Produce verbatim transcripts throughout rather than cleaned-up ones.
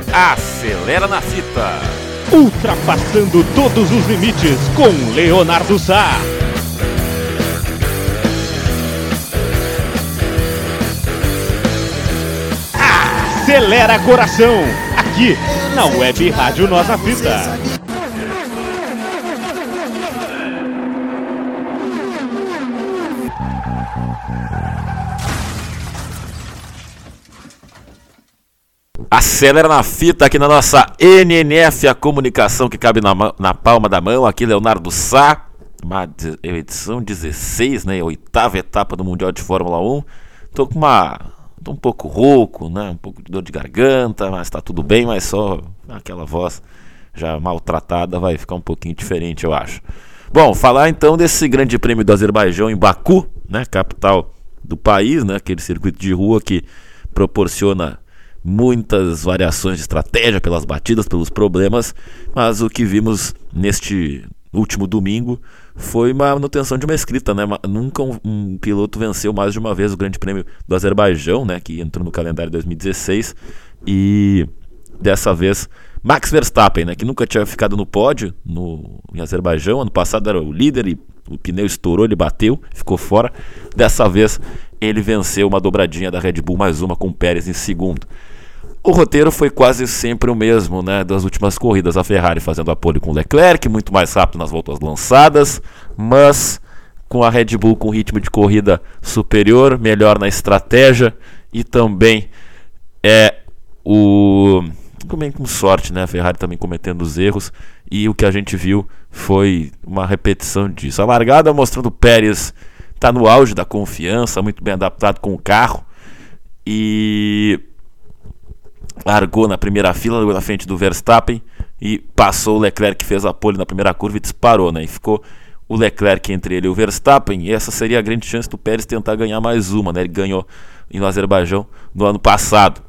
Acelera na Fita. Ultrapassando todos os limites com Leonardo Sá. Acelera coração, aqui na Web Rádio Nossa Fita. Acelera na Fita aqui na nossa N N F, a comunicação que cabe na, na palma da mão. Aqui Leonardo Sá, uma edição dezesseis, né, a oitava etapa do Mundial de Fórmula um. Tô com uma... tô um pouco rouco, né, um pouco de dor de garganta, mas tá tudo bem, mas só aquela voz já maltratada vai ficar um pouquinho diferente, eu acho. Bom, falar então desse grande prêmio do Azerbaijão em Baku, né, capital do país, né, aquele circuito de rua que proporciona muitas variações de estratégia pelas batidas, pelos problemas, mas o que vimos neste último domingo foi uma manutenção de uma escrita, né? Nunca um, um piloto venceu mais de uma vez o Grande Prêmio do Azerbaijão, né? Que entrou no calendário dois mil e dezesseis, e dessa vez Max Verstappen, né? Que nunca tinha ficado no pódio no, em Azerbaijão. Ano passado era o líder e o pneu estourou, ele bateu, ficou fora. Dessa vez ele venceu uma dobradinha da Red Bull, mais uma com o Pérez em segundo. O roteiro foi quase sempre o mesmo, né, das últimas corridas. A Ferrari fazendo a pole com o Leclerc, muito mais rápido nas voltas lançadas, mas com a Red Bull com ritmo de corrida superior, melhor na estratégia e também é o... também com sorte, né, a Ferrari também cometendo os erros, e o que a gente viu foi uma repetição disso. A largada mostrando o Pérez está no auge da confiança, muito bem adaptado com o carro, e largou na primeira fila, largou na frente do Verstappen e passou o Leclerc, que fez a pole na primeira curva e disparou, né? E ficou o Leclerc entre ele e o Verstappen, e essa seria a grande chance do Pérez tentar ganhar mais uma, né? Ele ganhou no Azerbaijão no ano passado.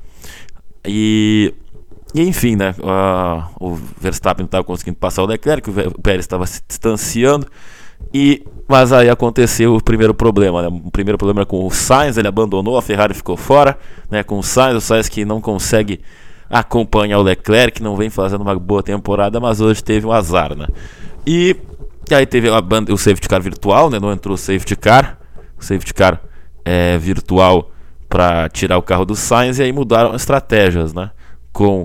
E, e enfim, né? Uh, o Verstappen não estava conseguindo passar o Leclerc, o Pérez estava se distanciando, e mas aí aconteceu o primeiro problema, né? O primeiro problema era com o Sainz, ele abandonou, a Ferrari ficou fora, né? Com o Sainz, o Sainz que não consegue acompanhar o Leclerc, não vem fazendo uma boa temporada, mas hoje teve um azar, né? E, e aí teve a banda, o safety car virtual, né? Não entrou o safety car, o safety car é, virtual para tirar o carro do Sainz, e aí mudaram as estratégias, né? Com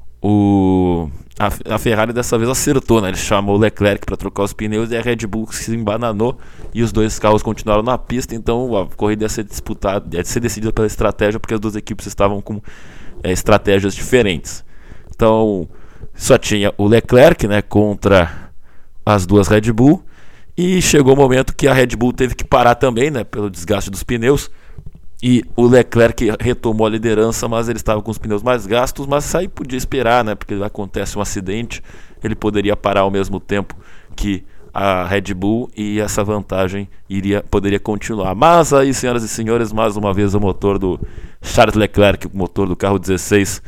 o... A, a Ferrari dessa vez acertou, né? Ele chamou o Leclerc para trocar os pneus e a Red Bull se embananou e os dois carros continuaram na pista. Então a corrida ia ser disputada, ia ser decidida pela estratégia, porque as duas equipes estavam com é, estratégias diferentes. Então só tinha o Leclerc, né, contra as duas Red Bull, e chegou o momento que a Red Bull teve que parar também, né, pelo desgaste dos pneus. E o Leclerc retomou a liderança, mas ele estava com os pneus mais gastos, mas aí podia esperar, né? Porque acontece um acidente, ele poderia parar ao mesmo tempo que a Red Bull e essa vantagem iria, poderia continuar. Mas aí, senhoras e senhores, mais uma vez o motor do Charles Leclerc, o motor do carro dezesseis,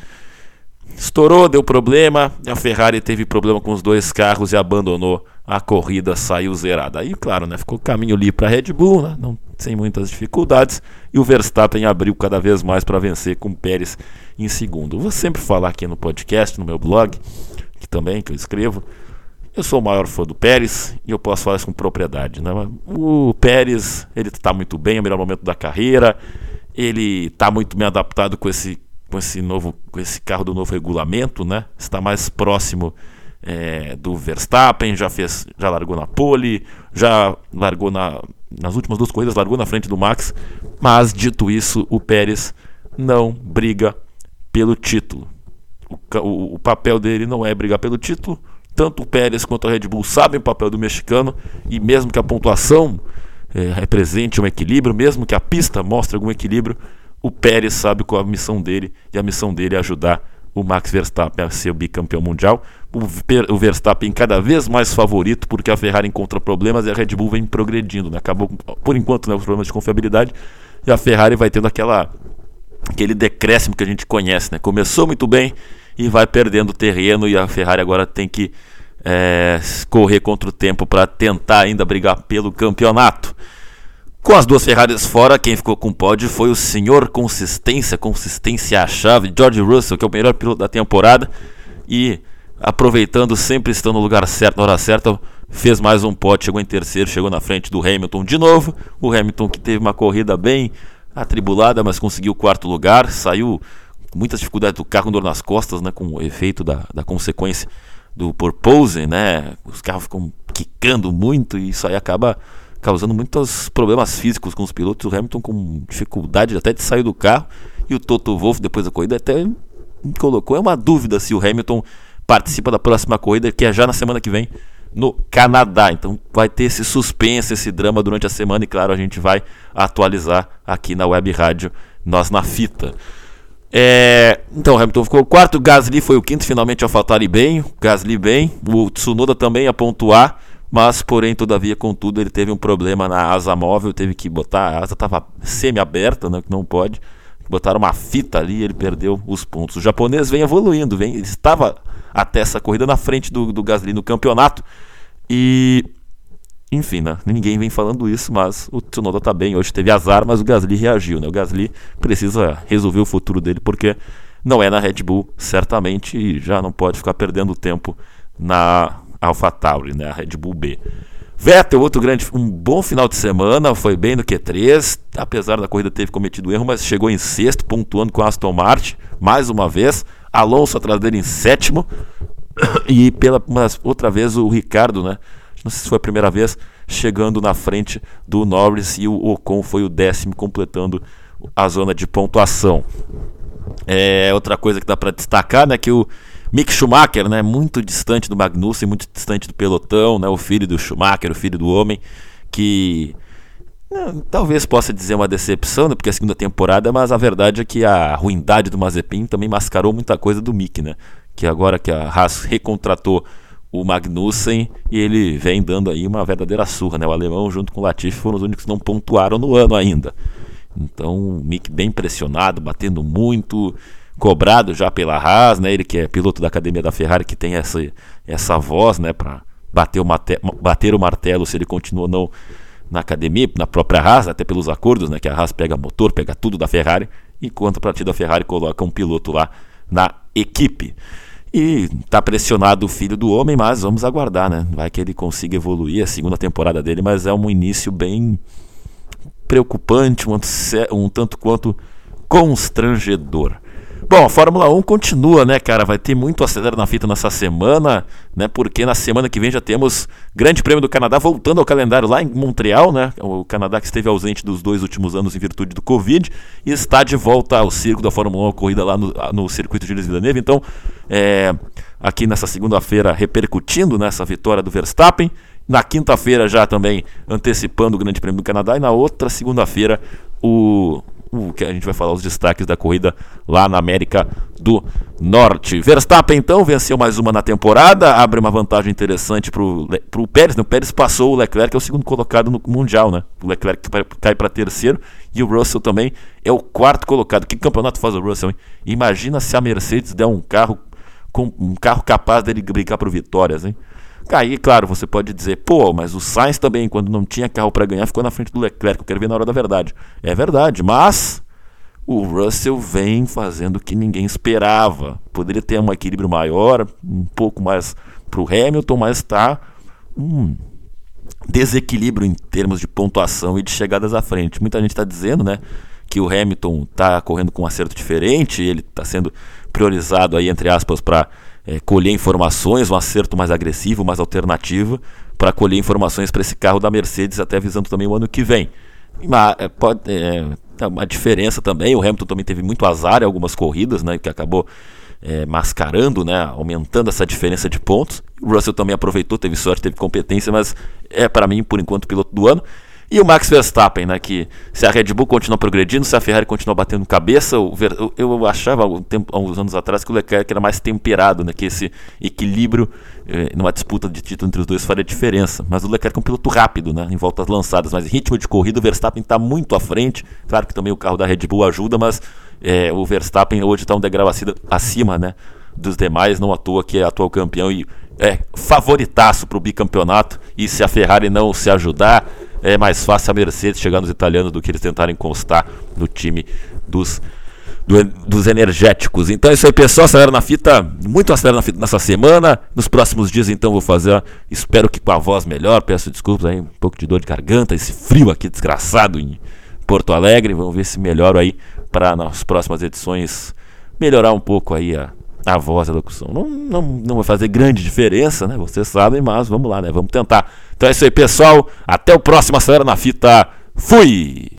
estourou, deu problema, a Ferrari teve problema com os dois carros e abandonou a corrida, saiu zerada. Aí, claro, né, ficou caminho livre para a Red Bull, né, não, sem muitas dificuldades, e o Verstappen abriu cada vez mais para vencer com o Pérez em segundo. Vou sempre falar aqui no podcast, no meu blog, que também que eu escrevo, eu sou o maior fã do Pérez e eu posso falar isso com propriedade, né? O Pérez, ele está muito bem, é o melhor momento da carreira, ele está muito bem adaptado com esse com esse novo, com esse carro do novo regulamento, né? Está mais próximo é, do Verstappen, já fez, já largou na pole, já largou na, nas últimas duas corridas, largou na frente do Max, mas dito isso, o Pérez não briga pelo título. O, o, o papel dele não é brigar pelo título. Tanto o Pérez quanto a Red Bull sabem o papel do mexicano, e mesmo que a pontuação é, represente um equilíbrio, mesmo que a pista mostre algum equilíbrio, o Pérez sabe qual é a missão dele, e a missão dele é ajudar o Max Verstappen a ser o bicampeão mundial. O Verstappen cada vez mais favorito, porque a Ferrari encontra problemas e a Red Bull vem progredindo, né? Acabou, por enquanto, né, os problemas de confiabilidade, e a Ferrari vai tendo aquela, aquele decréscimo que a gente conhece, né? Começou muito bem e vai perdendo terreno, e a Ferrari agora tem que é, correr contra o tempo para tentar ainda brigar pelo campeonato. Com as duas Ferraris fora, quem ficou com o pódio foi o senhor consistência, consistência à chave, George Russell, que é o melhor piloto da temporada, e aproveitando, sempre estando no lugar certo, na hora certa, fez mais um pódio, chegou em terceiro, chegou na frente do Hamilton de novo. O Hamilton, que teve uma corrida bem atribulada, mas conseguiu o quarto lugar, saiu com muitas dificuldades do carro com dor nas costas, né, com o efeito da, da consequência do porpoising, né, os carros ficam quicando muito e isso aí acaba causando muitos problemas físicos com os pilotos. O Hamilton com dificuldade até de sair do carro, e o Toto Wolff depois da corrida até colocou, é uma dúvida se o Hamilton participa da próxima corrida, que é já na semana que vem no Canadá. Então vai ter esse suspense, esse drama durante a semana, e claro, a gente vai atualizar aqui na Web Rádio Nós na Fita. É, então o Hamilton ficou o quarto, o Gasly foi o quinto, finalmente AlphaTauri bem, o Gasly bem, o Tsunoda também a pontuar, mas porém, todavia, contudo, ele teve um problema na asa móvel, teve que botar, a asa estava semi-aberta, né, que não pode, botaram uma fita ali e ele perdeu os pontos. O japonês vem evoluindo, vem, ele estava até essa corrida na frente do, do Gasly no campeonato, e enfim, né, ninguém vem falando isso, mas o Tsunoda está bem, hoje teve azar, mas o Gasly reagiu, né, o Gasly precisa resolver o futuro dele, porque não é na Red Bull, certamente, e já não pode ficar perdendo tempo na AlphaTauri, né, a Red Bull B. Vettel, outro grande, um bom final de semana, foi bem no Q três, apesar da corrida ter cometido erro, mas chegou em sexto, pontuando com a Aston Martin, mais uma vez. Alonso atrás dele em sétimo, e pela mas, outra vez o Ricardo, né, não sei se foi a primeira vez, chegando na frente do Norris, e o Ocon foi o décimo, completando a zona de pontuação. É, outra coisa que dá para destacar, né, que o Mick Schumacher, né, muito distante do Magnussen, muito distante do pelotão, né, o filho do Schumacher, o filho do homem, que né, talvez possa dizer uma decepção, né, porque é a segunda temporada, mas a verdade é que a ruindade do Mazepin também mascarou muita coisa do Mick, né, que agora que a Haas recontratou o Magnussen, e ele vem dando aí uma verdadeira surra, né, o alemão junto com o Latifi foram os únicos que não pontuaram no ano ainda. Então o Mick bem pressionado, batendo muito, cobrado já pela Haas, né? Ele que é piloto da academia da Ferrari, que tem essa, essa voz, né, para bater, bater o martelo se ele continua ou não na academia, na própria Haas, até pelos acordos, né, que a Haas pega motor, pega tudo da Ferrari, enquanto a partida da Ferrari coloca um piloto lá na equipe. E tá pressionado o filho do homem, mas vamos aguardar, né? Vai que ele consiga evoluir, a segunda temporada dele, mas é um início bem preocupante, um, um tanto quanto constrangedor. Bom, a Fórmula um continua, né, cara? Vai ter muito acelero na fita nessa semana, né? Porque na semana que vem já temos Grande Prêmio do Canadá voltando ao calendário lá em Montreal, né? O Canadá que esteve ausente dos dois últimos anos em virtude do Covid e está de volta ao circo da Fórmula um, a corrida lá no, no circuito de Gilles Villeneuve. Então, é, aqui nessa segunda-feira repercutindo nessa vitória do Verstappen. Na quinta-feira já também antecipando o Grande Prêmio do Canadá. E na outra segunda-feira o... o que a gente vai falar os destaques da corrida lá na América do Norte. Verstappen então venceu mais uma na temporada, abre uma vantagem interessante para o Pérez, né? O Pérez passou o Leclerc, que é o segundo colocado no Mundial, né? O Leclerc cai para terceiro e o Russell também é o quarto colocado. Que campeonato faz o Russell, hein? Imagina se a Mercedes der um carro com um carro capaz dele brincar por vitórias, hein? Aí, claro, você pode dizer, pô, mas o Sainz também, quando não tinha carro para ganhar, ficou na frente do Leclerc. Eu quero ver na hora da verdade. É verdade, mas o Russell vem fazendo o que ninguém esperava. Poderia ter um equilíbrio maior, um pouco mais para o Hamilton, mas está um desequilíbrio em termos de pontuação e de chegadas à frente. Muita gente está dizendo, né, que o Hamilton está correndo com um acerto diferente, ele está sendo priorizado aí, entre aspas, para É, colher informações, um acerto mais agressivo, mais alternativo, para colher informações para esse carro da Mercedes, até visando também o ano que vem. Mas, é, pode, é, uma diferença também, o Hamilton também teve muito azar em algumas corridas, né, que acabou é, mascarando, né, aumentando essa diferença de pontos. O Russell também aproveitou, teve sorte, teve competência, mas é para mim, por enquanto, o piloto do ano. E o Max Verstappen, né, que se a Red Bull continua progredindo, se a Ferrari continua batendo cabeça, o Ver, eu, eu achava um tempo, há uns anos atrás que o Leclerc era mais temperado, né, que esse equilíbrio eh, numa disputa de título entre os dois faria diferença. Mas o Leclerc é um piloto rápido, né, em voltas lançadas, mas em ritmo de corrida o Verstappen está muito à frente. Claro que também o carro da Red Bull ajuda, mas eh, o Verstappen hoje está um degrau acima, né, dos demais, não à toa que é atual campeão e é favoritaço para o bicampeonato. E se a Ferrari não se ajudar, é mais fácil a Mercedes chegar nos italianos do que eles tentarem constar no time dos, do, dos energéticos. Então é isso aí, pessoal, acelera na fita, muito acelera na fita nessa semana. Nos próximos dias então vou fazer, espero que com a voz melhor, peço desculpas aí, um pouco de dor de garganta, esse frio aqui desgraçado em Porto Alegre. Vamos ver se melhoro aí para nas próximas edições melhorar um pouco aí a, a voz e a locução. Não, não, não vai fazer grande diferença, né? Vocês sabem, mas vamos lá, né? Vamos tentar. Então é isso aí, pessoal. Até o próximo Acelera na Fita. Fui!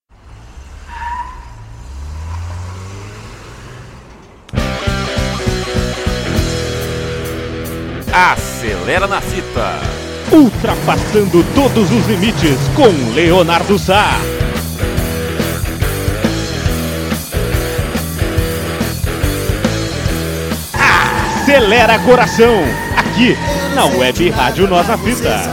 Acelera na Fita. Ultrapassando todos os limites com Leonardo Sá. Acelera coração, aqui na Web Rádio Nós na Fita.